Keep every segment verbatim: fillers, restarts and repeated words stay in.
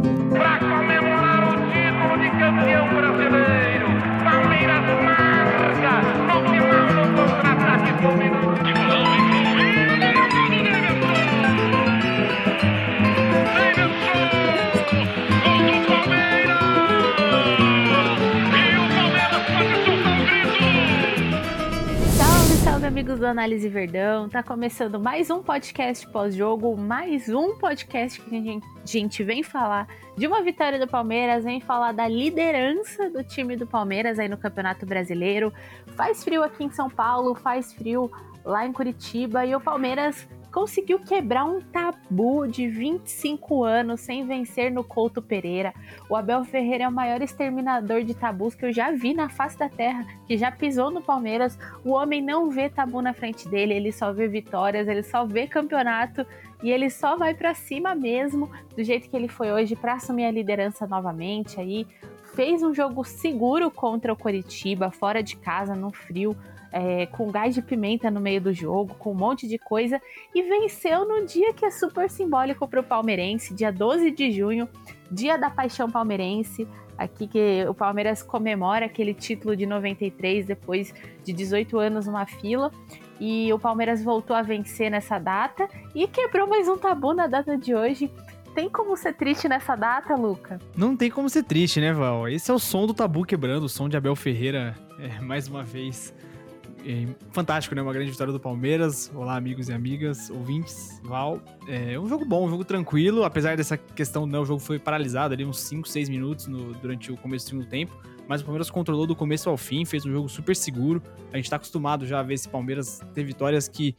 Para comemorar o título de campeão brasileiro, Palmeiras marca no final do contra-ataque fulminante. Salve, amigos do Análise Verdão, tá começando mais um podcast pós-jogo, mais um podcast que a gente, a gente vem falar de uma vitória do Palmeiras, vem falar da liderança do time do Palmeiras aí no Campeonato Brasileiro. Faz frio aqui em São Paulo, faz frio lá em Curitiba e o Palmeiras conseguiu quebrar um tabu de vinte e cinco anos sem vencer no Couto Pereira. O Abel Ferreira é o maior exterminador de tabus que eu já vi na face da terra, que já pisou no Palmeiras. O homem não vê tabu na frente dele, ele só vê vitórias, ele só vê campeonato e ele só vai pra cima mesmo, do jeito que ele foi hoje, pra assumir a liderança novamente aí. Fez um jogo seguro contra o Coritiba, fora de casa, no frio, É, com gás de pimenta no meio do jogo, com um monte de coisa, e venceu no dia que é super simbólico para o palmeirense, dia doze de junho, dia da paixão palmeirense, aqui que o Palmeiras comemora aquele título de noventa e três, depois de dezoito anos numa fila, e o Palmeiras voltou a vencer nessa data, e quebrou mais um tabu na data de hoje. Tem como ser triste nessa data, Luca? Não tem como ser triste, né, Val? Esse é o som do tabu quebrando, o som de Abel Ferreira, é, mais uma vez... É fantástico, né? Uma grande vitória do Palmeiras. Olá, amigos e amigas, ouvintes, Val. É um jogo bom, um jogo tranquilo, apesar dessa questão, né, o jogo foi paralisado ali uns cinco, seis minutos no, durante o começo do segundo tempo, mas o Palmeiras controlou do começo ao fim, fez um jogo super seguro. A gente tá acostumado já a ver esse Palmeiras ter vitórias que,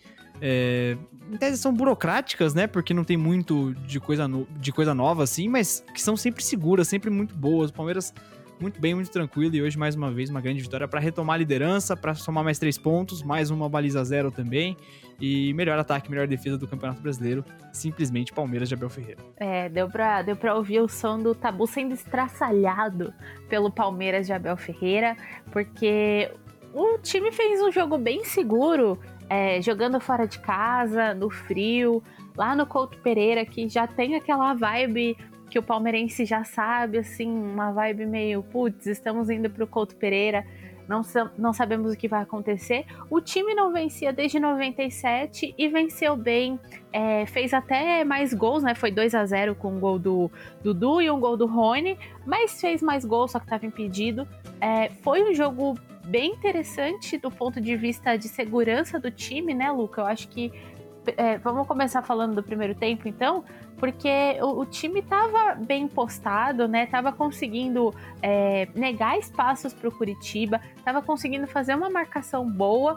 é, em tese, são burocráticas, né? Porque não tem muito de coisa, no, de coisa nova, assim, mas que são sempre seguras, sempre muito boas. O Palmeiras muito bem, muito tranquilo, e hoje mais uma vez uma grande vitória para retomar a liderança, para somar mais três pontos, mais uma baliza zero também, e melhor ataque, melhor defesa do Campeonato Brasileiro, simplesmente Palmeiras de Abel Ferreira. É, deu pra, deu pra ouvir o som do tabu sendo estraçalhado pelo Palmeiras de Abel Ferreira, porque o time fez um jogo bem seguro, é, jogando fora de casa, no frio, lá no Couto Pereira, que já tem aquela vibe que o palmeirense já sabe, assim, uma vibe meio, putz, estamos indo pro Couto Pereira, não, não sabemos o que vai acontecer. O time não vencia desde noventa e sete e venceu bem, é, fez até mais gols, né, foi dois a zero com um gol do Dudu e um gol do Rony, mas fez mais gols, só que estava impedido. É, foi um jogo bem interessante do ponto de vista de segurança do time, né, Luca? Eu acho que É, vamos começar falando do primeiro tempo, então, porque o, o time estava bem postado, né? Tava conseguindo é, negar espaços para o Curitiba, tava conseguindo fazer uma marcação boa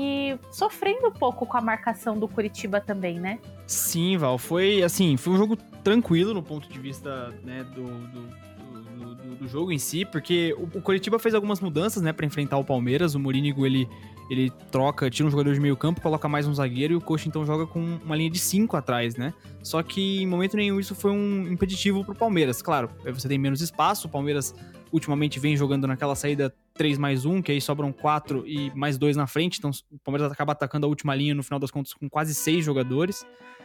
e sofrendo um pouco com a marcação do Curitiba também, né? Sim, Val, foi assim, foi um jogo tranquilo no ponto de vista, né, do, do... Do, do jogo em si, porque o, o Coritiba fez algumas mudanças, né, para enfrentar o Palmeiras. O Morínigo, ele, ele troca, tira um jogador de meio campo, coloca mais um zagueiro, e o Coxa então joga com uma linha de cinco atrás, né? Só que em momento nenhum isso foi um impeditivo pro Palmeiras. Claro, você tem menos espaço, o Palmeiras ultimamente vem jogando naquela saída três mais um, que aí sobram quatro e mais dois na frente, então o Palmeiras acaba atacando a última linha no final das contas com quase seis jogadores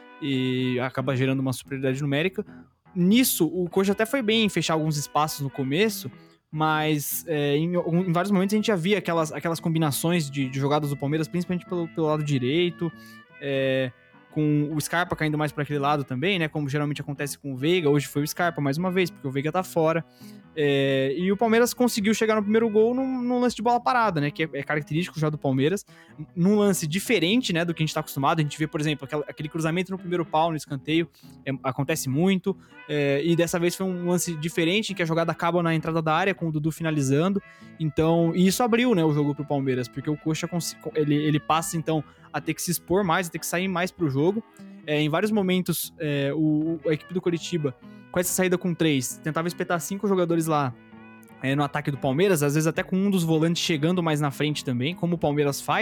e acaba gerando uma superioridade numérica. Nisso, o Coxa até foi bem em fechar alguns espaços no começo, mas é, em, em vários momentos a gente já via aquelas, aquelas combinações de, de jogadas do Palmeiras, principalmente pelo, pelo lado direito, é, com o Scarpa caindo mais para aquele lado também, né? Como geralmente acontece com o Veiga. Hoje foi o Scarpa mais uma vez, porque o Veiga tá fora. É, e o Palmeiras conseguiu chegar no primeiro gol num, num lance de bola parada, né? Que é, é característico já do Palmeiras. Num lance diferente, né? Do que a gente tá acostumado. A gente vê, por exemplo, aquela, aquele cruzamento no primeiro pau, no escanteio. É, acontece muito. É, e dessa vez foi um lance diferente, em que a jogada acaba na entrada da área, com o Dudu finalizando. Então, e isso abriu, né, o jogo pro Palmeiras, porque o Coxa ele, ele passa, então, a ter que se expor mais, a ter que sair mais pro jogo. É, em vários momentos, é, o, a equipe do Coritiba, com essa saída com três, tentava espetar cinco jogadores lá é, no ataque do Palmeiras, às vezes até com um dos volantes chegando mais na frente também, como o Palmeiras faz,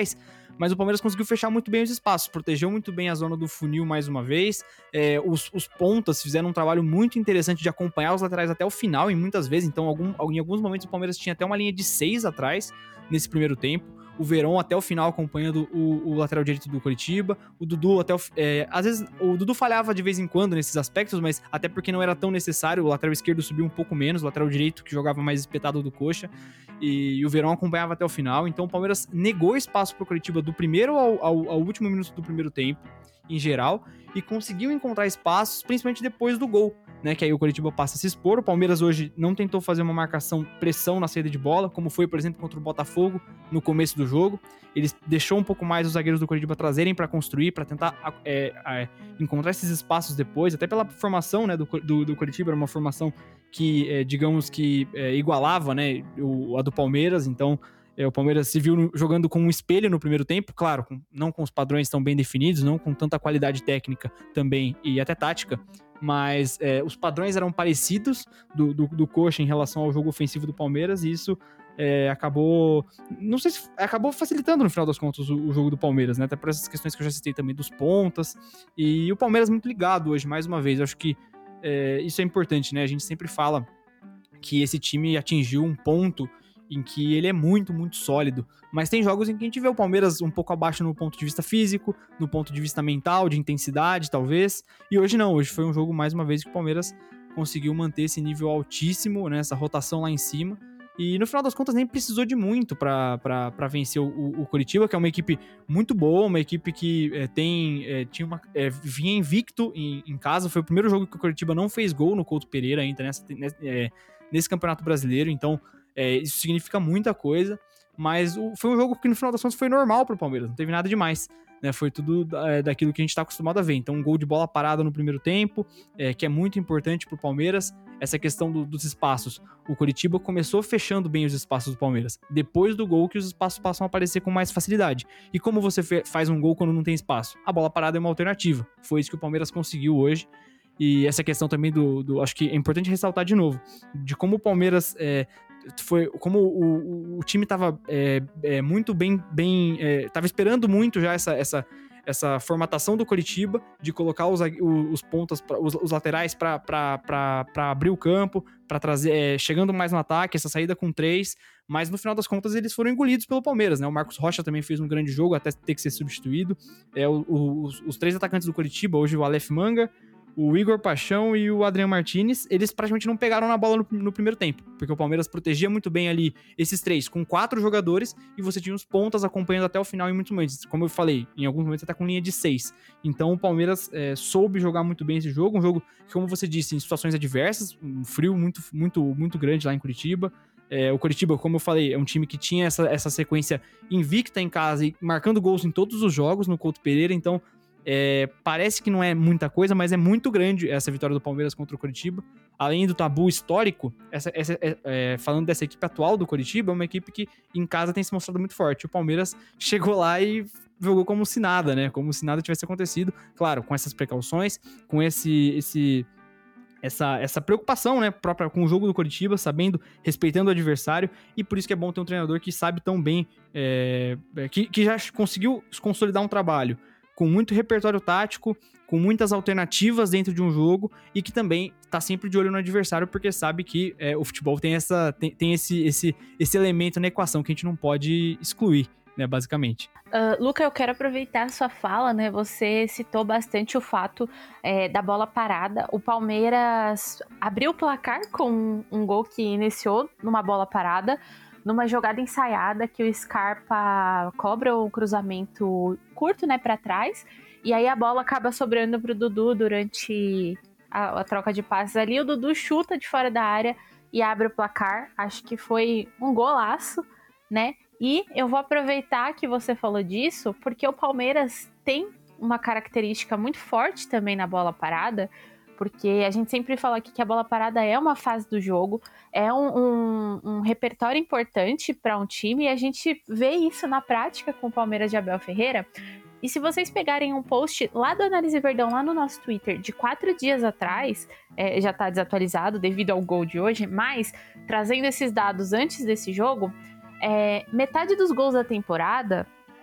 mas o Palmeiras conseguiu fechar muito bem os espaços, protegeu muito bem a zona do funil mais uma vez, é, os, os pontas fizeram um trabalho muito interessante de acompanhar os laterais até o final, em muitas vezes, então algum, em alguns momentos o Palmeiras tinha até uma linha de seis atrás nesse primeiro tempo, o Verón até o final acompanhando o, o lateral direito do Coritiba, o Dudu até o, é, às vezes o Dudu falhava de vez em quando nesses aspectos, mas até porque não era tão necessário, o lateral esquerdo subiu um pouco menos, o lateral direito que jogava mais espetado do coxa, e, e o Verón acompanhava até o final, então o Palmeiras negou espaço pro Coritiba do primeiro ao, ao, ao último minuto do primeiro tempo, em geral, e conseguiu encontrar espaços, principalmente depois do gol, né, que aí o Coritiba passa a se expor. O Palmeiras hoje não tentou fazer uma marcação pressão na saída de bola, como foi, por exemplo, contra o Botafogo no começo do jogo. Ele deixou um pouco mais os zagueiros do Coritiba trazerem para construir, para tentar é, é, encontrar esses espaços depois, até pela formação, né, do, do, do Coritiba, era uma formação que, é, digamos que é, igualava, né, o, a do Palmeiras, então é, o Palmeiras se viu no, jogando com um espelho no primeiro tempo, claro, com, não com os padrões tão bem definidos, não com tanta qualidade técnica também e até tática, mas é, os padrões eram parecidos do, do, do Coxa em relação ao jogo ofensivo do Palmeiras, e isso é, acabou, não sei se acabou facilitando no final das contas o, o jogo do Palmeiras, né? Até por essas questões que eu já citei também dos pontas, e o Palmeiras muito ligado hoje, mais uma vez. Eu acho que é, isso é importante, né? A gente sempre fala que esse time atingiu um ponto em que ele é muito, muito sólido, mas tem jogos em que a gente vê o Palmeiras um pouco abaixo no ponto de vista físico, no ponto de vista mental, de intensidade, talvez, e hoje não, hoje foi um jogo, mais uma vez, que o Palmeiras conseguiu manter esse nível altíssimo, né, essa rotação lá em cima, e no final das contas nem precisou de muito para vencer o, o Coritiba, que é uma equipe muito boa, uma equipe que é, tem, é, tinha uma, é, vinha invicto em, em casa, foi o primeiro jogo que o Coritiba não fez gol no Couto Pereira ainda, nessa, é, nesse Campeonato Brasileiro, então É, isso significa muita coisa, mas o, foi um jogo que no final das contas foi normal pro Palmeiras, não teve nada demais, né? Foi tudo é, daquilo que a gente tá acostumado a ver. Então um gol de bola parada no primeiro tempo, é, que é muito importante pro Palmeiras, essa questão do, dos espaços. O Coritiba começou fechando bem os espaços do Palmeiras, depois do gol que os espaços passam a aparecer com mais facilidade. E como você fe- faz um gol quando não tem espaço? A bola parada é uma alternativa, foi isso que o Palmeiras conseguiu hoje. E essa questão também do, do acho que é importante ressaltar de novo, de como o Palmeiras é, foi, como o, o, o time estava é, é, muito bem, bem estava é, esperando muito já essa, essa, essa formatação do Coritiba, de colocar os, os pontas, os, os laterais para abrir o campo, para trazer, é, chegando mais no ataque, essa saída com três, mas no final das contas eles foram engolidos pelo Palmeiras, né? O Marcos Rocha também fez um grande jogo, até ter que ser substituído. É, o, o, os, os três atacantes do Coritiba, hoje o Aleph Manga, o Igor Paixão e o Adriano Martinez, eles praticamente não pegaram na bola no, no primeiro tempo, porque o Palmeiras protegia muito bem ali esses três, com quatro jogadores, e você tinha os pontas acompanhando até o final em muitos momentos, como eu falei, em alguns momentos até com linha de seis. Então o Palmeiras é, soube jogar muito bem esse jogo, um jogo que, como você disse, em situações adversas, um frio muito, muito, muito grande lá em Curitiba. É, o Coritiba, como eu falei, é um time que tinha essa, essa sequência invicta em casa e marcando gols em todos os jogos no Couto Pereira, então É, parece que não é muita coisa, mas é muito grande essa vitória do Palmeiras contra o Coritiba. Além do tabu histórico, essa, essa, é, é, falando dessa equipe atual do Coritiba, é uma equipe que em casa tem se mostrado muito forte. O Palmeiras chegou lá e jogou como se nada, né? Como se nada tivesse acontecido. Claro, com essas precauções, com esse... esse Essa, essa preocupação, né, própria com o jogo do Coritiba, sabendo, respeitando o adversário, e por isso que é bom ter um treinador que sabe tão bem, é, que, que já conseguiu consolidar um trabalho com muito repertório tático, com muitas alternativas dentro de um jogo, e que também tá sempre de olho no adversário, porque sabe que é, o futebol tem, essa, tem, tem esse, esse, esse elemento na equação que a gente não pode excluir, né, basicamente. Uh, Luca, eu quero aproveitar a sua fala, né? Você citou bastante o fato é, da bola parada. O Palmeiras abriu o placar com um, um gol que iniciou numa bola parada, numa jogada ensaiada que o Scarpa cobra o cruzamento curto, né, para trás, e aí a bola acaba sobrando pro Dudu durante a, a troca de passes ali. O Dudu chuta de fora da área e abre o placar. Acho que foi um golaço, né? E eu vou aproveitar que você falou disso, porque o Palmeiras tem uma característica muito forte também na bola parada, porque a gente sempre fala aqui que a bola parada é uma fase do jogo, é um, um, um repertório importante para um time, e a gente vê isso na prática com o Palmeiras de Abel Ferreira. E se vocês pegarem um post lá do Análise Verdão, lá no nosso Twitter, de quatro dias atrás, é, já está desatualizado devido ao gol de hoje, mas trazendo esses dados antes desse jogo, é, metade dos gols da temporada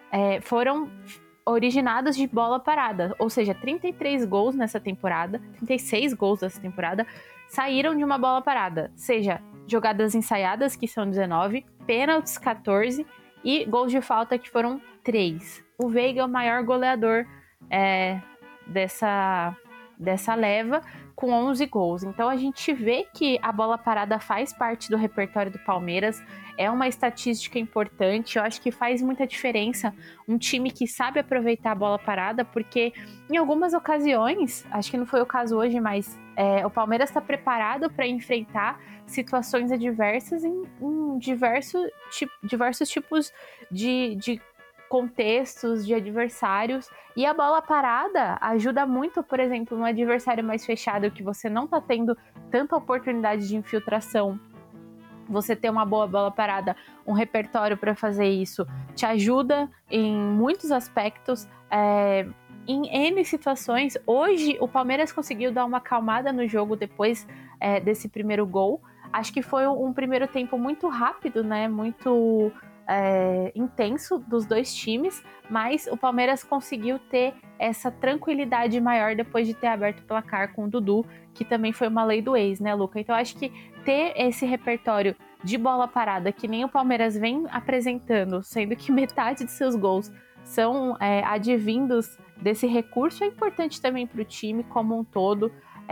é, foram originados de bola parada, ou seja, trinta e três gols nessa temporada, trinta e seis gols nessa temporada saíram de uma bola parada, seja jogadas ensaiadas, que são dezenove, pênaltis quatorze e gols de falta, que foram três. O Veiga é o maior goleador é, dessa, dessa leva, com onze gols. Então a gente vê que a bola parada faz parte do repertório do Palmeiras, é uma estatística importante, eu acho que faz muita diferença um time que sabe aproveitar a bola parada, porque em algumas ocasiões, acho que não foi o caso hoje, mas é, o Palmeiras está preparado para enfrentar situações adversas em, em diversos, tip, diversos tipos de, de contextos, de adversários, e a bola parada ajuda muito, por exemplo, no adversário mais fechado, que você não está tendo tanta oportunidade de infiltração. Você ter uma boa bola parada, um repertório para fazer isso, te ajuda em muitos aspectos, é, em N situações. Hoje, o Palmeiras conseguiu dar uma acalmada no jogo depois é, desse primeiro gol. Acho que foi um primeiro tempo muito rápido, né? Muito é, intenso dos dois times, mas o Palmeiras conseguiu ter essa tranquilidade maior depois de ter aberto o placar com o Dudu, que também foi uma lei do ex, né, Luca? Então acho que ter esse repertório de bola parada, que nem o Palmeiras vem apresentando, sendo que metade de seus gols são é, advindos desse recurso, é importante também para o time como um todo.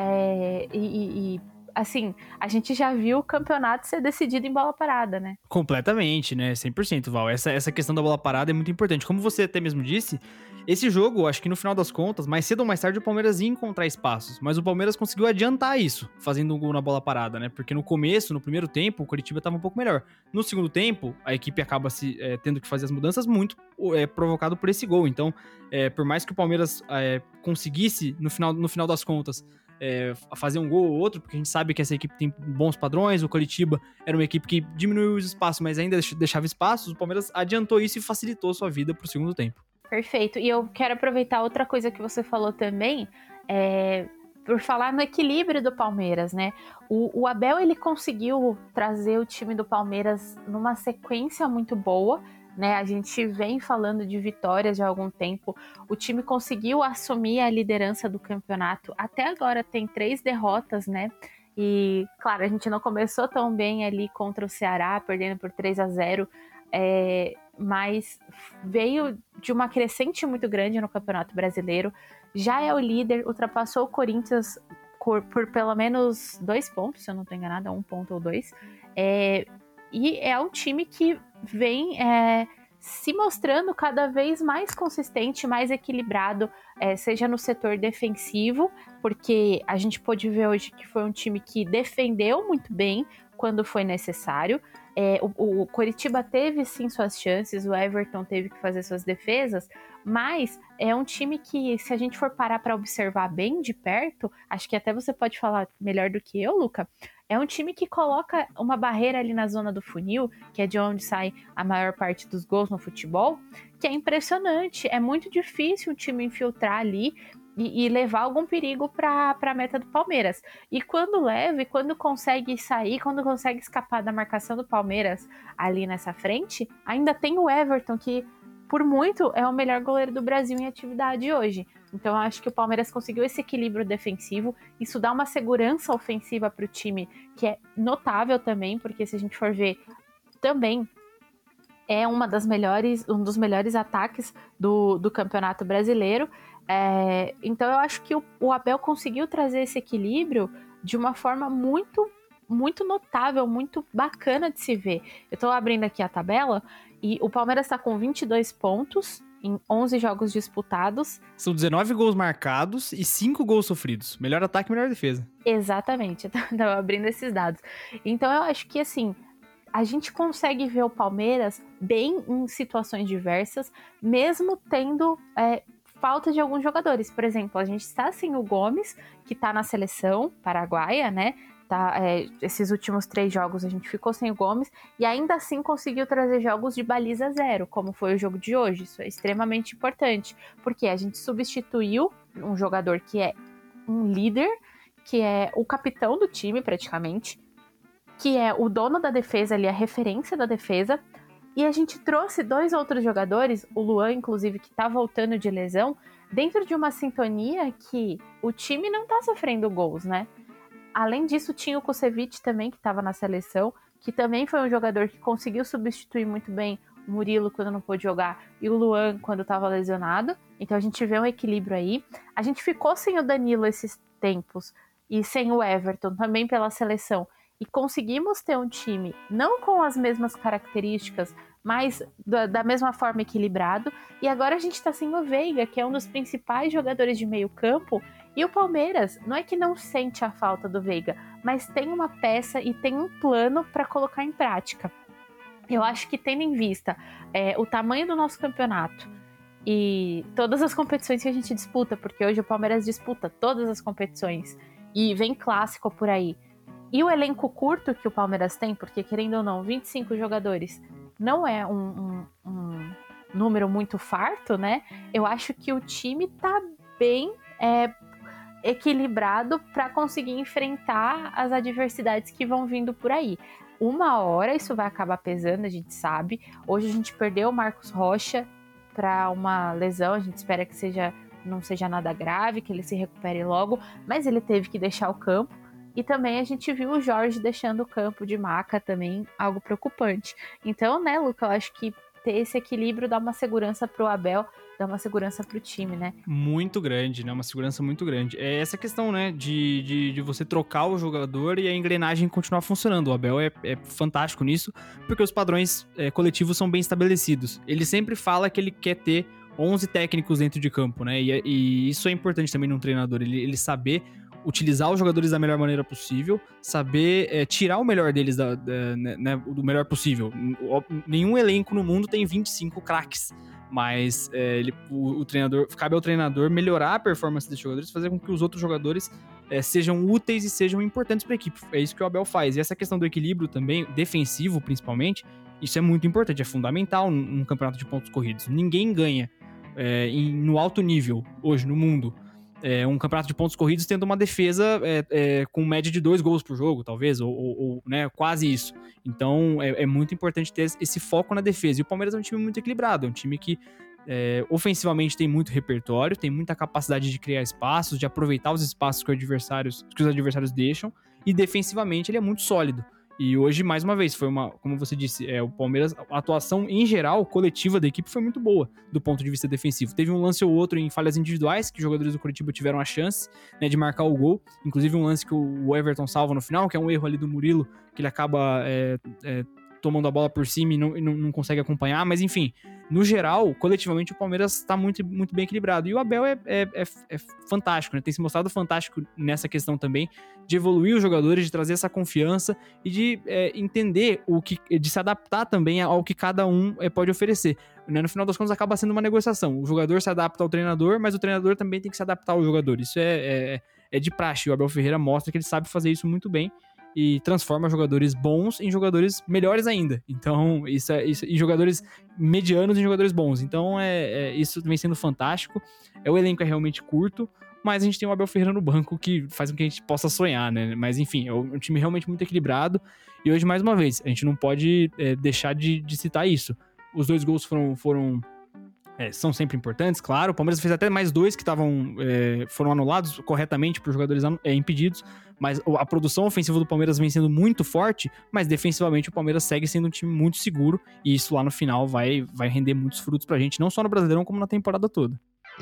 É, e, e, assim, a gente já viu o campeonato ser decidido em bola parada, né? Completamente, né? cem por cento, Val. Essa, essa questão da bola parada é muito importante. Como você até mesmo disse, esse jogo, acho que no final das contas, mais cedo ou mais tarde, o Palmeiras ia encontrar espaços. Mas o Palmeiras conseguiu adiantar isso, fazendo um gol na bola parada, né? Porque no começo, no primeiro tempo, o Coritiba estava um pouco melhor. No segundo tempo, a equipe acaba se, é, tendo que fazer as mudanças muito é, provocado por esse gol. Então, é, por mais que o Palmeiras é, conseguisse, no final, no final das contas, É, fazer um gol ou outro, porque a gente sabe que essa equipe tem bons padrões, o Coritiba era uma equipe que diminuiu os espaços, mas ainda deixava espaços, o Palmeiras adiantou isso e facilitou sua vida pro segundo tempo. Perfeito, e eu quero aproveitar outra coisa que você falou também, é, por falar no equilíbrio do Palmeiras, né? O, o Abel, ele conseguiu trazer o time do Palmeiras numa sequência muito boa, né? A gente vem falando de vitórias já há algum tempo. O time conseguiu assumir a liderança do campeonato. Até agora tem três derrotas, né? E, claro, a gente não começou tão bem ali contra o Ceará, perdendo por três a zero, é, mas veio de uma crescente muito grande no Campeonato Brasileiro. Já é o líder, ultrapassou o Corinthians por, por pelo menos dois pontos, se eu não estou enganada, um ponto ou dois. É, e é um time que vem é, se mostrando cada vez mais consistente, mais equilibrado, é, seja no setor defensivo, porque a gente pôde ver hoje que foi um time que defendeu muito bem quando foi necessário. É, o, o Coritiba teve sim suas chances, o Everton teve que fazer suas defesas, mas é um time que, se a gente for parar para observar bem de perto, acho que até você pode falar melhor do que eu, Luca, é um time que coloca uma barreira ali na zona do funil, que é de onde sai a maior parte dos gols no futebol, que é impressionante. É muito difícil um time infiltrar ali e, e levar algum perigo para a meta do Palmeiras. E quando leva, e quando consegue sair, quando consegue escapar da marcação do Palmeiras ali nessa frente, ainda tem o Everton, que por muito é o melhor goleiro do Brasil em atividade hoje. Então eu acho que o Palmeiras conseguiu esse equilíbrio defensivo, isso dá uma segurança ofensiva para o time, que é notável também, porque se a gente for ver, também é uma das melhores, um dos melhores ataques do, do Campeonato Brasileiro. É, então eu acho que o, o Abel conseguiu trazer esse equilíbrio de uma forma muito, muito notável, muito bacana de se ver. Eu tô abrindo aqui a tabela e o Palmeiras tá com vinte e dois pontos em onze jogos disputados. São dezenove gols marcados e cinco gols sofridos. Melhor ataque, melhor defesa. Exatamente, eu tava abrindo esses dados. Então eu acho que assim, a gente consegue ver o Palmeiras bem em situações diversas, mesmo tendo é, falta de alguns jogadores. Por exemplo, a gente está sem o Gomes, que está na seleção paraguaia, né? Tá, é, esses últimos três jogos a gente ficou sem o Gomes e ainda assim conseguiu trazer jogos de baliza zero, como foi o jogo de hoje. Isso é extremamente importante, porque a gente substituiu um jogador que é um líder, que é o capitão do time praticamente, que é o dono da defesa ali, a referência da defesa, E a gente trouxe dois outros jogadores, o Luan, inclusive, que tá voltando de lesão, dentro de uma sintonia que o time não tá sofrendo gols, né? Além disso, tinha o Kusevich também, que estava na seleção, que também foi um jogador que conseguiu substituir muito bem o Murilo quando não pôde jogar e o Luan quando estava lesionado. Então a gente vê um equilíbrio aí. A gente ficou sem o Danilo esses tempos e sem o Everton também pela seleção. E conseguimos ter um time não com as mesmas características, mas da, da mesma forma equilibrado. E agora a gente tá sem o Veiga, que é um dos principais jogadores de meio campo. E o Palmeiras, não é que não sente a falta do Veiga, mas tem uma peça e tem um plano para colocar em prática. Eu acho que tendo em vista é, o tamanho do nosso campeonato e todas as competições que a gente disputa, porque hoje o Palmeiras disputa todas as competições e vem clássico por aí, e o elenco curto que o Palmeiras tem, porque querendo ou não, vinte e cinco jogadores não é um, um, um número muito farto, né? Eu acho que o time tá bem é, equilibrado para conseguir enfrentar as adversidades que vão vindo por aí. Uma hora isso vai acabar pesando, a gente sabe. Hoje a gente perdeu o Marcos Rocha para uma lesão, a gente espera que seja, não seja nada grave, que ele se recupere logo, mas ele teve que deixar o campo. E também a gente viu o Jorge deixando o campo de maca também, algo preocupante. Então, né, Luca, eu acho que ter esse equilíbrio dá uma segurança pro Abel, dá uma segurança pro time, né? Muito grande, né? Uma segurança muito grande. É essa questão, né? De, de, de você trocar o jogador e a engrenagem continuar funcionando. O Abel é, é fantástico nisso, porque os padrões é, coletivos são bem estabelecidos. Ele sempre fala que ele quer ter onze técnicos dentro de campo, né? E, e isso é importante também num treinador, ele, ele saber utilizar os jogadores da melhor maneira possível, saber é, tirar o melhor deles da, da, né, do melhor possível. Nenhum elenco no mundo tem vinte e cinco craques, mas é, ele, o, o treinador, cabe ao treinador melhorar a performance desses jogadores, fazer com que os outros jogadores é, sejam úteis e sejam importantes para a equipe. É isso que o Abel faz. E essa questão do equilíbrio também, defensivo principalmente, isso é muito importante, é fundamental num, num campeonato de pontos corridos. Ninguém ganha é, em, no alto nível hoje no mundo É, um campeonato de pontos corridos tendo uma defesa é, é, com média de dois gols por jogo, talvez, ou, ou, ou né, quase isso. Então, é, é muito importante ter esse foco na defesa. E o Palmeiras é um time muito equilibrado, é um time que é, ofensivamente tem muito repertório, tem muita capacidade de criar espaços, de aproveitar os espaços que, adversários, que os adversários deixam, e defensivamente ele é muito sólido. E hoje, mais uma vez, foi uma, como você disse, é, o Palmeiras, a atuação em geral, coletiva da equipe foi muito boa do ponto de vista defensivo. Teve um lance ou outro em falhas individuais, que os jogadores do Coritiba tiveram a chance, né, de marcar o gol. Inclusive um lance que o Everton salva no final, que é um erro ali do Murilo, que ele acaba é, é, tomando a bola por cima e não, e não, não consegue acompanhar. Mas enfim, no geral, coletivamente o Palmeiras está muito, muito bem equilibrado. E o Abel é, é, é, é fantástico, né? Tem se mostrado fantástico nessa questão também, de evoluir os jogadores, de trazer essa confiança e de é, entender o que, de se adaptar também ao que cada um é, pode oferecer. Né? No final das contas, acaba sendo uma negociação. O jogador se adapta ao treinador, mas o treinador também tem que se adaptar ao jogador. Isso é, é, é de praxe. O Abel Ferreira mostra que ele sabe fazer isso muito bem e transforma jogadores bons em jogadores melhores ainda. Então, isso é isso, e jogadores medianos em jogadores bons. Então, é, é, isso vem sendo fantástico. É, o elenco é realmente curto, mas a gente tem o Abel Ferreira no banco que faz com que a gente possa sonhar, né? Mas, enfim, é um time realmente muito equilibrado. E hoje, mais uma vez, a gente não pode é, deixar de, de citar isso. Os dois gols foram... foram É, são sempre importantes, claro. O Palmeiras fez até mais dois que estavam é, foram anulados corretamente por jogadores é, impedidos, mas a produção ofensiva do Palmeiras vem sendo muito forte, mas defensivamente o Palmeiras segue sendo um time muito seguro, e isso lá no final vai, vai render muitos frutos pra gente, não só no Brasileirão, como na temporada toda.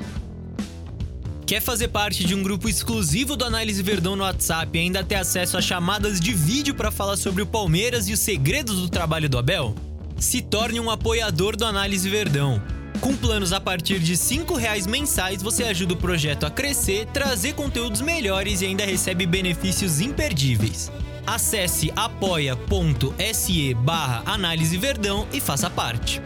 Quer fazer parte de um grupo exclusivo do Análise Verdão no WhatsApp e ainda ter acesso a chamadas de vídeo para falar sobre o Palmeiras e os segredos do trabalho do Abel? Se torne um apoiador do Análise Verdão. Com planos a partir de cinco reais mensais, você ajuda o projeto a crescer, trazer conteúdos melhores e ainda recebe benefícios imperdíveis. Acesse apoia.se barra Análise Verdão e faça parte.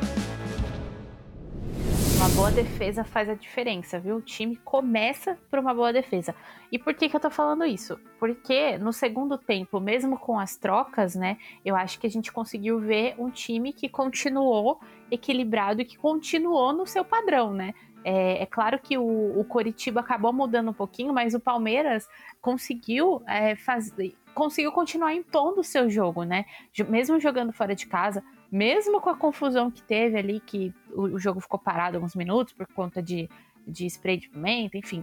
Uma boa defesa faz a diferença, viu? O time começa por uma boa defesa. E por que que eu tô falando isso? Porque no segundo tempo, mesmo com as trocas, né, eu acho que a gente conseguiu ver um time que continuou equilibrado e que continuou no seu padrão, né? É, é claro que o, o Coritiba acabou mudando um pouquinho, mas o Palmeiras conseguiu é, fazer... conseguiu continuar impondo o seu jogo, né? Mesmo jogando fora de casa, mesmo com a confusão que teve ali, que o, o jogo ficou parado alguns minutos por conta de, de spray de pimenta, enfim,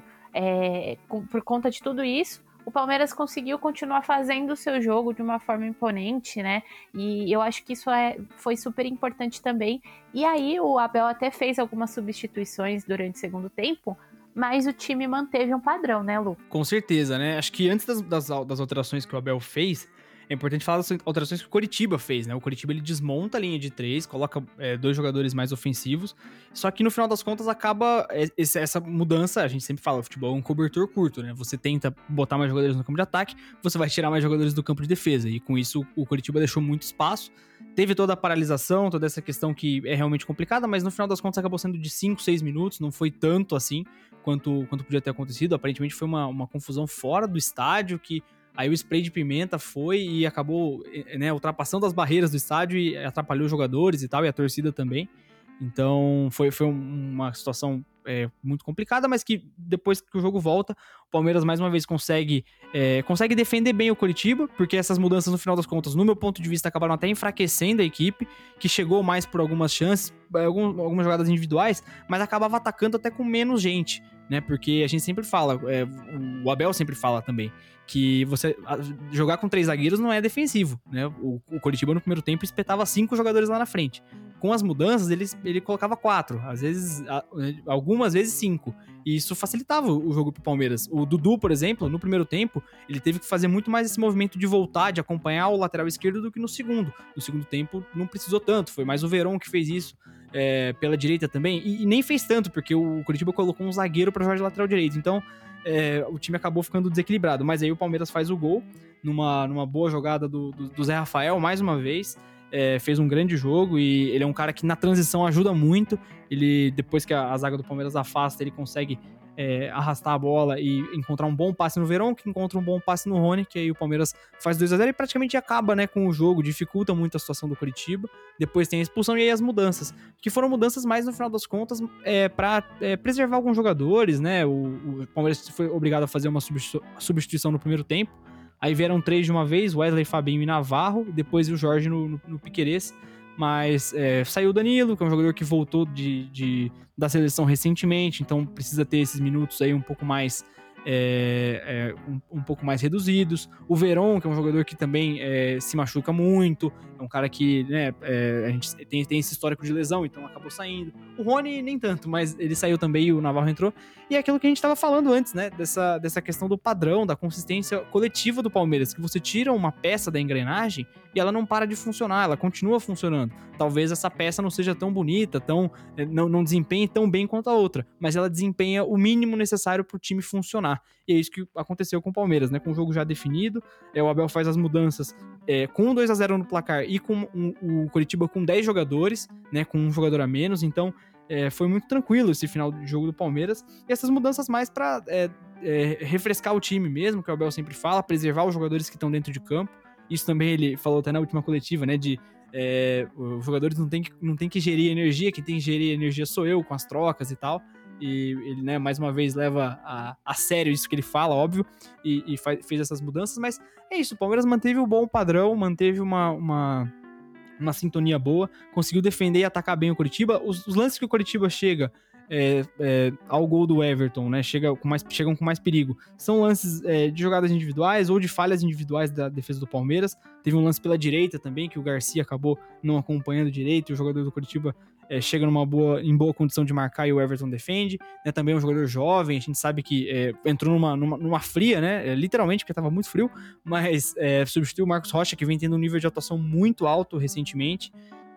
é, com, por conta de tudo isso, o Palmeiras conseguiu continuar fazendo o seu jogo de uma forma imponente, né? E eu acho que isso é, foi super importante também. E aí o Abel até fez algumas substituições durante o segundo tempo, mas o time manteve um padrão, né, Lu? Com certeza, né? Acho que antes das, das, das alterações que o Abel fez, é importante falar das alterações que o Coritiba fez, né? O Coritiba, ele desmonta a linha de três, coloca é, dois jogadores mais ofensivos, só que no final das contas acaba esse, essa mudança, a gente sempre fala, o futebol é um cobertor curto, né? Você tenta botar mais jogadores no campo de ataque, você vai tirar mais jogadores do campo de defesa, e com isso o Coritiba deixou muito espaço, teve toda a paralisação, toda essa questão que é realmente complicada, mas no final das contas acabou sendo de cinco, seis minutos, não foi tanto assim quanto, quanto podia ter acontecido, aparentemente foi uma, uma confusão fora do estádio, que aí o spray de pimenta foi e acabou, né, ultrapassando as barreiras do estádio e atrapalhou os jogadores e tal, e a torcida também. Então foi, foi uma situação é, muito complicada, mas que depois que o jogo volta, o Palmeiras mais uma vez consegue, é, consegue defender bem o Coritiba, porque essas mudanças no final das contas, no meu ponto de vista, acabaram até enfraquecendo a equipe, que chegou mais por algumas chances, algum, algumas jogadas individuais, mas acabava atacando até com menos gente, né? Porque a gente sempre fala, é, o Abel sempre fala também, que você jogar com três zagueiros não é defensivo, né? O, o Coritiba no primeiro tempo espetava cinco jogadores lá na frente. Com as mudanças, ele, ele colocava quatro, às vezes, algumas vezes cinco. E isso facilitava o jogo pro Palmeiras. O Dudu, por exemplo, no primeiro tempo, ele teve que fazer muito mais esse movimento de voltar, de acompanhar o lateral esquerdo do que no segundo. No segundo tempo, não precisou tanto, foi mais o Verón que fez isso. É, pela direita também, e, e nem fez tanto, porque o Coritiba colocou um zagueiro pra jogar de lateral direito, então é, o time acabou ficando desequilibrado, mas aí o Palmeiras faz o gol, numa, numa boa jogada do, do, do Zé Rafael, mais uma vez, é, fez um grande jogo, e ele é um cara que na transição ajuda muito, ele, depois que a, a zaga do Palmeiras afasta, ele consegue é, arrastar a bola e encontrar um bom passe no Verón, que encontra um bom passe no Rony, que aí o Palmeiras faz dois a zero e praticamente acaba, né, com o jogo, dificulta muito a situação do Coritiba. Depois tem a expulsão e aí as mudanças, que foram mudanças mais no final das contas é, para é, preservar alguns jogadores, né? O, o Palmeiras foi obrigado a fazer uma substituição no primeiro tempo, aí vieram três de uma vez, Wesley, Fabinho e Navarro, depois o Jorge no, no, no Piquerez. Mas é, saiu o Danilo, que é um jogador que voltou de, de, da seleção recentemente, então precisa ter esses minutos aí um pouco mais é, é, um, um pouco mais reduzidos. O Verón, que é um jogador que também é, se machuca muito, é um cara que, né, é, a gente tem, tem esse histórico de lesão, então acabou saindo. O Rony nem tanto, mas ele saiu também e o Navarro entrou. E é aquilo que a gente estava falando antes, né, dessa, dessa questão do padrão, da consistência coletiva do Palmeiras, que você tira uma peça da engrenagem e ela não para de funcionar, ela continua funcionando. Talvez essa peça não seja tão bonita, tão, não, não desempenhe tão bem quanto a outra, mas ela desempenha o mínimo necessário para o time funcionar. E é isso que aconteceu com o Palmeiras, né? Com o jogo já definido, é, o Abel faz as mudanças é, com dois a zero no placar e com um, o Coritiba com dez jogadores, né? Com um jogador a menos, então é, foi muito tranquilo esse final de jogo do Palmeiras. E essas mudanças mais para é, é, refrescar o time mesmo, que o Abel sempre fala, preservar os jogadores que estão dentro de campo. Isso também ele falou até na última coletiva, né? De é, os jogadores não tem, que, não tem que gerir energia, quem tem que gerir energia sou eu, com as trocas e tal. E ele, né, mais uma vez leva a, a sério isso que ele fala, óbvio, e, e faz, fez essas mudanças, mas é isso, o Palmeiras manteve o bom padrão, manteve uma, uma, uma sintonia boa, conseguiu defender e atacar bem o Coritiba. Os, os lances que o Coritiba chega é, é, ao gol do Everton, né, chega com mais, chegam com mais perigo, são lances é, de jogadas individuais ou de falhas individuais da defesa do Palmeiras. Teve um lance pela direita também, que o Garcia acabou não acompanhando direito, e o jogador do Coritiba É, chega numa boa, em boa condição de marcar e o Everton defende, né, também é um jogador jovem, a gente sabe que é, entrou numa, numa, numa fria, né, é, literalmente, porque estava muito frio, mas é, substituiu o Marcos Rocha, que vem tendo um nível de atuação muito alto recentemente,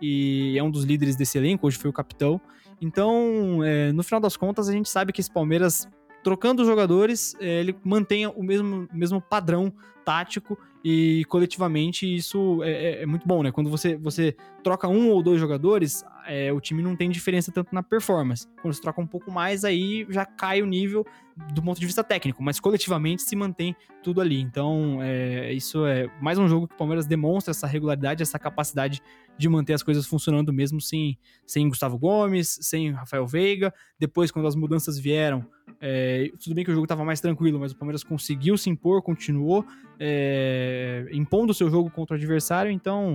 e é um dos líderes desse elenco, hoje foi o capitão. Então, é, no final das contas, a gente sabe que esse Palmeiras, trocando os jogadores, é, ele mantenha o mesmo, mesmo padrão tático, e coletivamente isso é, é, é muito bom, né? Quando você, você troca um ou dois jogadores, é, o time não tem diferença tanto na performance. Quando você troca um pouco mais, aí já cai o nível do ponto de vista técnico, mas coletivamente se mantém tudo ali. Então, é, isso é mais um jogo que o Palmeiras demonstra essa regularidade, essa capacidade de manter as coisas funcionando mesmo sem, sem Gustavo Gomes, sem Rafael Veiga. Depois, quando as mudanças vieram, é, tudo bem que o jogo estava mais tranquilo, mas o Palmeiras conseguiu se impor, continuou é, impondo o seu jogo contra o adversário. Então,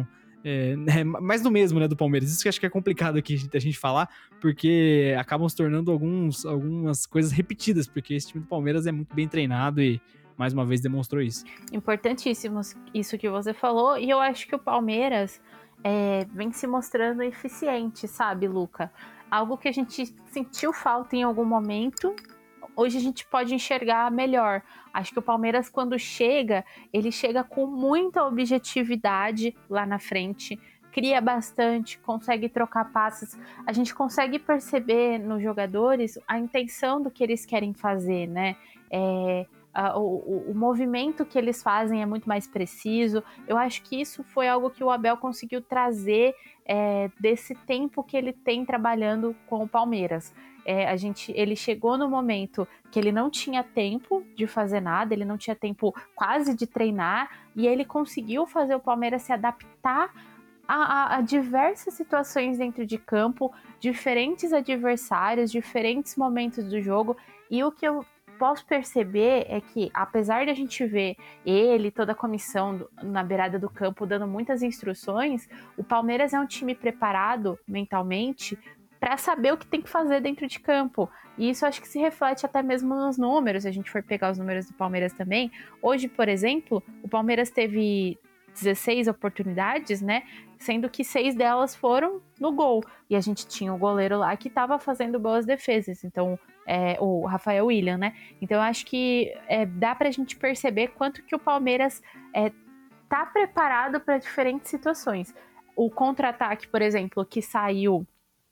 É, é mais do mesmo, né, do Palmeiras. Isso que eu acho que é complicado aqui a gente falar, porque acabam se tornando alguns, algumas coisas repetidas, porque esse time do Palmeiras é muito bem treinado e mais uma vez demonstrou isso. Importantíssimo isso que você falou, e eu acho que o Palmeiras é, vem se mostrando eficiente, sabe, Luca? Algo que a gente sentiu falta em algum momento, hoje a gente pode enxergar melhor. Acho que o Palmeiras, quando chega, ele chega com muita objetividade lá na frente, cria bastante, consegue trocar passes. A gente consegue perceber nos jogadores a intenção do que eles querem fazer, né? É... Uh, o, o movimento que eles fazem é muito mais preciso. Eu acho que isso foi algo que o Abel conseguiu trazer é, desse tempo que ele tem trabalhando com o Palmeiras. É, a gente, ele chegou no momento que ele não tinha tempo de fazer nada, ele não tinha tempo quase de treinar, e ele conseguiu fazer o Palmeiras se adaptar a, a, a diversas situações dentro de campo, diferentes adversários, diferentes momentos do jogo. E o que eu posso perceber é que, apesar de a gente ver ele, toda a comissão do, na beirada do campo dando muitas instruções, o Palmeiras é um time preparado mentalmente para saber o que tem que fazer dentro de campo. E isso acho que se reflete até mesmo nos números, se a gente for pegar os números do Palmeiras também. Hoje, por exemplo, o Palmeiras teve dezesseis oportunidades, né? Sendo que seis delas foram no gol. E a gente tinha o goleiro lá que estava fazendo boas defesas. Então, é, o Rafael Willian, né? Então, eu acho que é, dá pra gente perceber quanto que o Palmeiras é, tá preparado para diferentes situações. O contra-ataque, por exemplo, que saiu,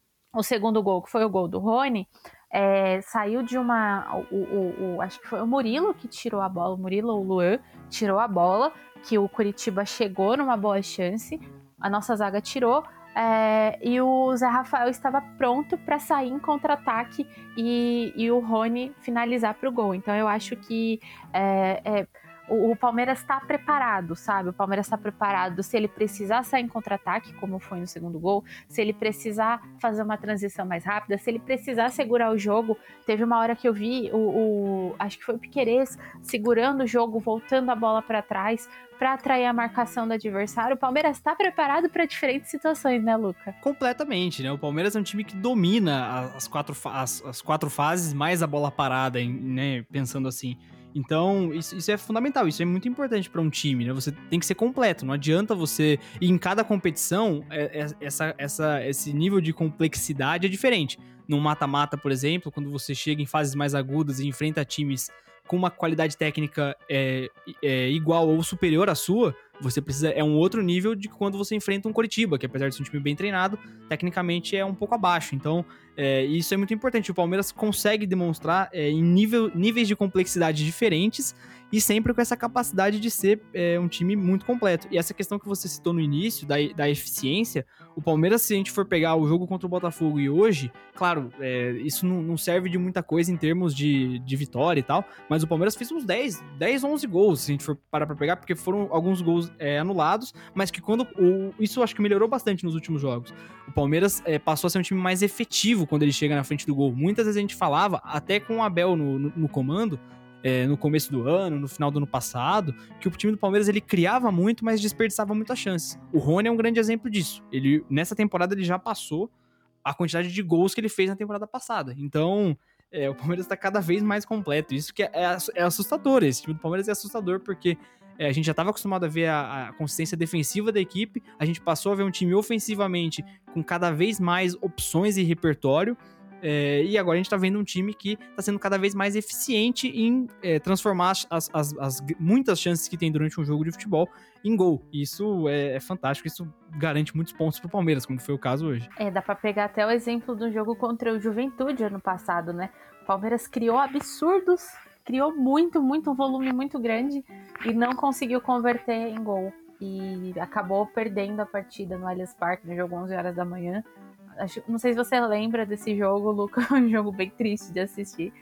o segundo gol, que foi o gol do Rony, é, saiu de uma... O, o, o, acho que foi o Murilo que tirou a bola, o Murilo ou o Luan tirou a bola, que o Curitiba chegou numa boa chance, a nossa zaga tirou, é, e o Zé Rafael estava pronto para sair em contra-ataque e, e o Rony finalizar para o gol. Então eu acho que é, é, o, o Palmeiras está preparado, sabe? O Palmeiras está preparado se ele precisar sair em contra-ataque, como foi no segundo gol, se ele precisar fazer uma transição mais rápida, se ele precisar segurar o jogo. Teve uma hora que eu vi o, o acho que foi o Piquerez segurando o jogo, voltando a bola para trás para atrair a marcação do adversário. O Palmeiras está preparado para diferentes situações, né, Luca? Completamente, né? O Palmeiras é um time que domina as quatro, as, as quatro fases, mais a bola parada, né? Pensando assim. Então, isso, isso é fundamental, isso é muito importante para um time, né? Você tem que ser completo, não adianta você... E em cada competição, é, é, essa, essa, esse nível de complexidade é diferente. No mata-mata, por exemplo, quando você chega em fases mais agudas e enfrenta times com uma qualidade técnica é, é, igual ou superior à sua, você precisa... É um outro nível de quando você enfrenta um Coritiba, que apesar de ser um time bem treinado, tecnicamente é um pouco abaixo. Então, é, isso é muito importante. O Palmeiras consegue demonstrar é, em nível, níveis de complexidade diferentes e sempre com essa capacidade de ser é, um time muito completo. E essa questão que você citou no início, da, da eficiência, o Palmeiras, se a gente for pegar o jogo contra o Botafogo e hoje, claro, é, isso não, não serve de muita coisa em termos de, de vitória e tal, mas o Palmeiras fez uns dez, onze gols, se a gente for parar pra pegar, porque foram alguns gols é, anulados, mas que quando... O, isso eu acho que melhorou bastante nos últimos jogos. O Palmeiras é, passou a ser um time mais efetivo quando ele chega na frente do gol. Muitas vezes a gente falava, até com o Abel no, no, no comando, É, no começo do ano, no final do ano passado, que o time do Palmeiras ele criava muito, mas desperdiçava muitas chances. O Rony é um grande exemplo disso. Ele, nessa temporada ele já passou a quantidade de gols que ele fez na temporada passada. Então, é, o Palmeiras está cada vez mais completo. Isso que é, é assustador. Esse time do Palmeiras é assustador porque é, a gente já estava acostumado a ver a, a consistência defensiva da equipe, a gente passou a ver um time ofensivamente com cada vez mais opções e repertório. É, e agora a gente tá vendo um time que tá sendo cada vez mais eficiente em é, transformar as, as, as muitas chances que tem durante um jogo de futebol em gol. E isso é, é fantástico, isso garante muitos pontos pro Palmeiras, como foi o caso hoje. É, dá pra pegar até o exemplo do jogo contra o Juventude ano passado, né? O Palmeiras criou absurdos, criou muito, muito, um volume muito grande e não conseguiu converter em gol. E acabou perdendo a partida no Allianz Parque, no jogo onze horas da manhã. Acho, não sei se você lembra desse jogo, Luca, um jogo bem triste de assistir,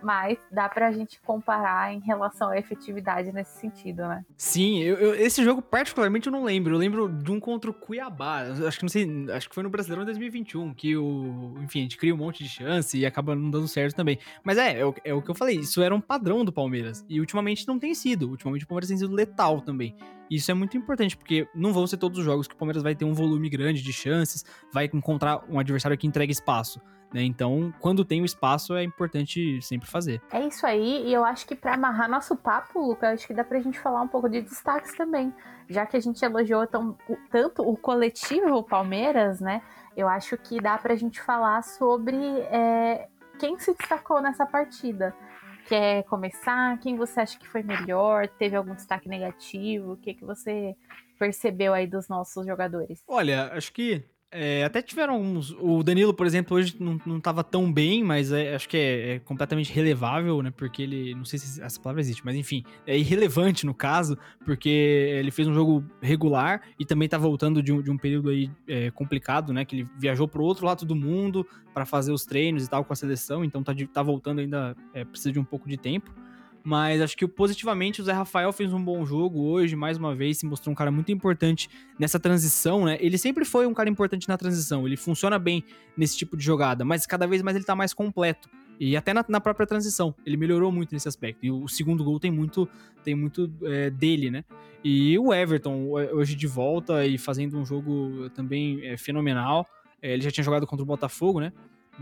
mas dá pra gente comparar em relação à efetividade nesse sentido, né? Sim, eu, eu- esse jogo particularmente eu não lembro. Eu lembro de um contra o Cuiabá. Eu Acho que não sei, acho que foi no Brasileirão dois mil e vinte e um, que o, enfim, a gente cria um monte de chance e acaba não dando certo também. Mas é, é, o- é o que eu falei, isso era um padrão do Palmeiras. E ultimamente não tem sido. Ultimamente o Palmeiras tem sido letal também. E isso é muito importante, porque não vão ser todos os jogos que o Palmeiras vai ter um volume grande de chances, vai encontrar um adversário que entrega espaço, né? Então, quando tem o espaço, é importante sempre fazer. É isso aí, e eu acho que pra amarrar nosso papo, Luca, acho que dá pra gente falar um pouco de destaques também. Já que a gente elogiou tão, o- tanto o coletivo Palmeiras, né? Eu acho que dá pra gente falar sobre é, quem se destacou nessa partida. Quer começar? Quem você acha que foi melhor? Teve algum destaque negativo? O que, que você percebeu aí dos nossos jogadores? Olha, acho que é, até tiveram alguns. O Danilo, por exemplo, hoje não, não tava tão bem, mas é, acho que é, é completamente relevável, né? Porque ele. Não sei se essa palavra existe, mas enfim, é irrelevante no caso, porque ele fez um jogo regular e também tá voltando de um, de um período aí é, complicado, né? Que ele viajou pro outro lado do mundo para fazer os treinos e tal com a seleção, então tá, de- tá voltando ainda, é, precisa de um pouco de tempo. Mas acho que positivamente o Zé Rafael fez um bom jogo hoje, mais uma vez, se mostrou um cara muito importante nessa transição, né? Ele sempre foi um cara importante na transição, ele funciona bem nesse tipo de jogada, mas cada vez mais ele tá mais completo. E até na, na própria transição, ele melhorou muito nesse aspecto. E o, o segundo gol tem muito, tem muito é, dele, né? E o Everton, hoje de volta e fazendo um jogo também é, fenomenal. É, ele já tinha jogado contra o Botafogo, né?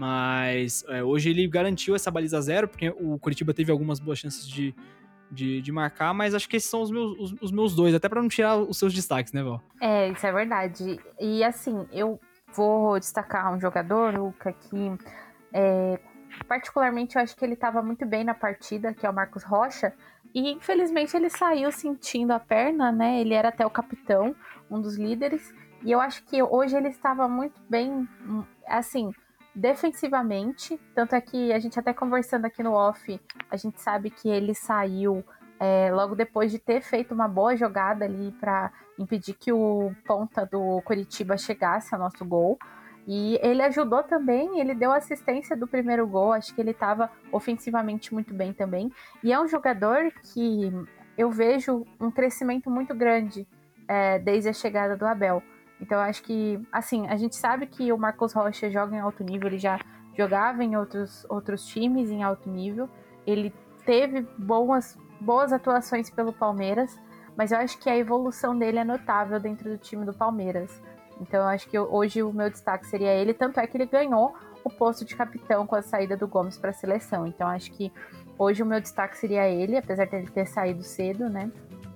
Mas é, hoje ele garantiu essa baliza zero, porque o Coritiba teve algumas boas chances de, de, de marcar, mas acho que esses são os meus, os, os meus dois, até pra não tirar os seus destaques, né, Val? É, isso é verdade. E assim, eu vou destacar um jogador, Luca, que é, particularmente eu acho que ele estava muito bem na partida, que é o Marcos Rocha, e infelizmente ele saiu sentindo a perna, né? Ele era até o capitão, um dos líderes, e eu acho que hoje ele estava muito bem, assim, defensivamente, tanto é que a gente até conversando aqui no off, a gente sabe que ele saiu é, logo depois de ter feito uma boa jogada ali para impedir que o ponta do Coritiba chegasse ao nosso gol. E ele ajudou também, ele deu assistência do primeiro gol, acho que ele estava ofensivamente muito bem também. E é um jogador que eu vejo um crescimento muito grande é, desde a chegada do Abel. Então eu acho que, assim, a gente sabe que o Marcos Rocha joga em alto nível, ele já jogava em outros, outros times em alto nível, ele teve boas, boas atuações pelo Palmeiras, mas eu acho que a evolução dele é notável dentro do time do Palmeiras. Então eu acho que hoje o meu destaque seria ele, tanto é que ele ganhou o posto de capitão com a saída do Gomes para a seleção. Então acho que hoje o meu destaque seria ele, apesar de ele ter saído cedo, né?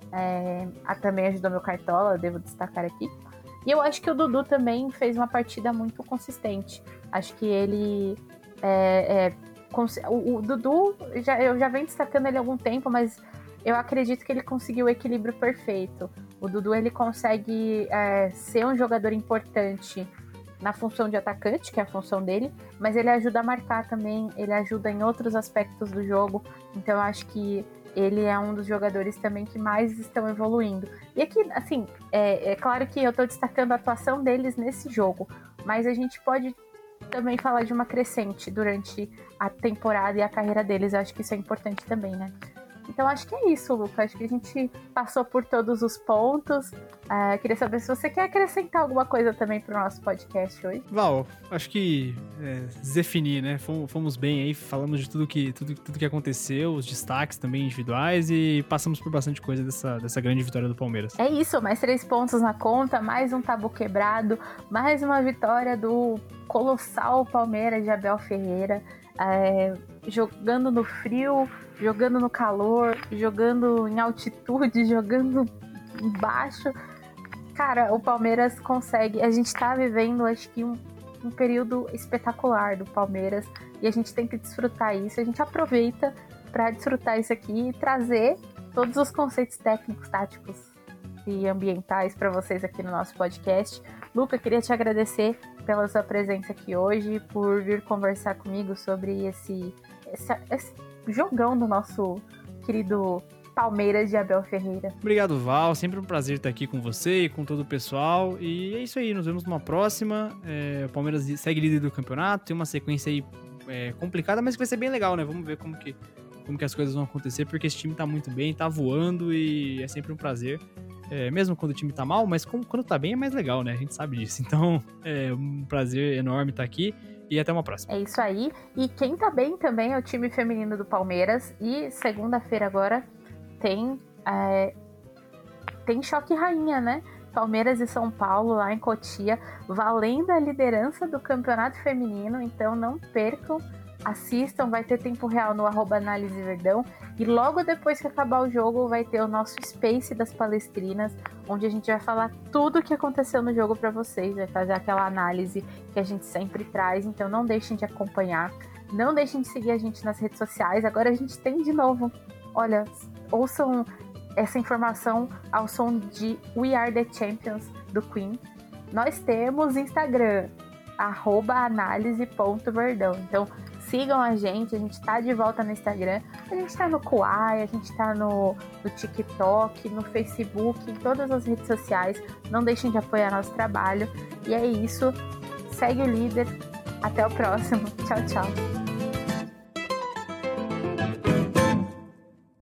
É, também ajudou meu Cartola, eu devo destacar aqui. E eu acho que o Dudu também fez uma partida muito consistente. Acho que ele... É, é, o, o Dudu, já, eu já venho destacando ele há algum tempo, mas eu acredito que ele conseguiu o equilíbrio perfeito. O Dudu, ele consegue é, ser um jogador importante na função de atacante, que é a função dele, mas ele ajuda a marcar também, ele ajuda em outros aspectos do jogo. Então eu acho que ele é um dos jogadores também que mais estão evoluindo. E aqui, assim, é, é claro que eu estou destacando a atuação deles nesse jogo, mas a gente pode também falar de uma crescente durante a temporada e a carreira deles. Eu acho que isso é importante também, né? Então acho que é isso, Luca. Acho que a gente passou por todos os pontos. Uh, queria saber se você quer acrescentar alguma coisa também pro nosso podcast hoje. Val, acho que é, definir, né? Fomos, fomos bem aí, falamos de tudo que, tudo, tudo que aconteceu, os destaques também individuais e passamos por bastante coisa dessa, dessa grande vitória do Palmeiras. É isso, mais três pontos na conta, mais um tabu quebrado, mais uma vitória do colossal Palmeiras de Abel Ferreira. É, jogando no frio, jogando no calor, jogando em altitude, jogando embaixo. Cara, o Palmeiras consegue. A gente tá vivendo, acho que, um, um período espetacular do Palmeiras e a gente tem que desfrutar isso. A gente aproveita para desfrutar isso aqui e trazer todos os conceitos técnicos, táticos e ambientais para vocês aqui no nosso podcast. Luca, queria te agradecer pela sua presença aqui hoje, por vir conversar comigo sobre esse, esse, esse jogão do nosso querido Palmeiras de Abel Ferreira. Obrigado, Val. Sempre um prazer estar aqui com você e com todo o pessoal. E é isso aí, nos vemos numa próxima. É, o Palmeiras segue líder do campeonato, tem uma sequência aí é, complicada, mas que vai ser bem legal, né? Vamos ver como que, como que as coisas vão acontecer, porque esse time tá muito bem, tá voando e é sempre um prazer. É, mesmo quando o time tá mal, mas como, quando tá bem é mais legal, né? A gente sabe disso. Então, é um prazer enorme estar aqui e até uma próxima. É isso aí. E quem tá bem também é o time feminino do Palmeiras. E segunda-feira agora tem, é, tem choque rainha, né? Palmeiras e São Paulo lá em Cotia, valendo a liderança do campeonato feminino. Então não percam, assistam, vai ter tempo real no arroba Análise Verdão. E logo depois que acabar o jogo vai ter o nosso Space das Palestrinas, onde a gente vai falar tudo o que aconteceu no jogo para vocês, vai fazer aquela análise que a gente sempre traz. Então não deixem de acompanhar, não deixem de seguir a gente nas redes sociais. Agora a gente tem de novo, olha, ouçam essa informação ao som de We Are The Champions do Queen. Nós temos Instagram, arroba análise.verdão. Então sigam a gente, a gente tá de volta no Instagram, a gente tá no Kuai, a gente tá no, no TikTok, no Facebook, em todas as redes sociais. Não deixem de apoiar nosso trabalho. E é isso, segue o líder, até o próximo, tchau, tchau.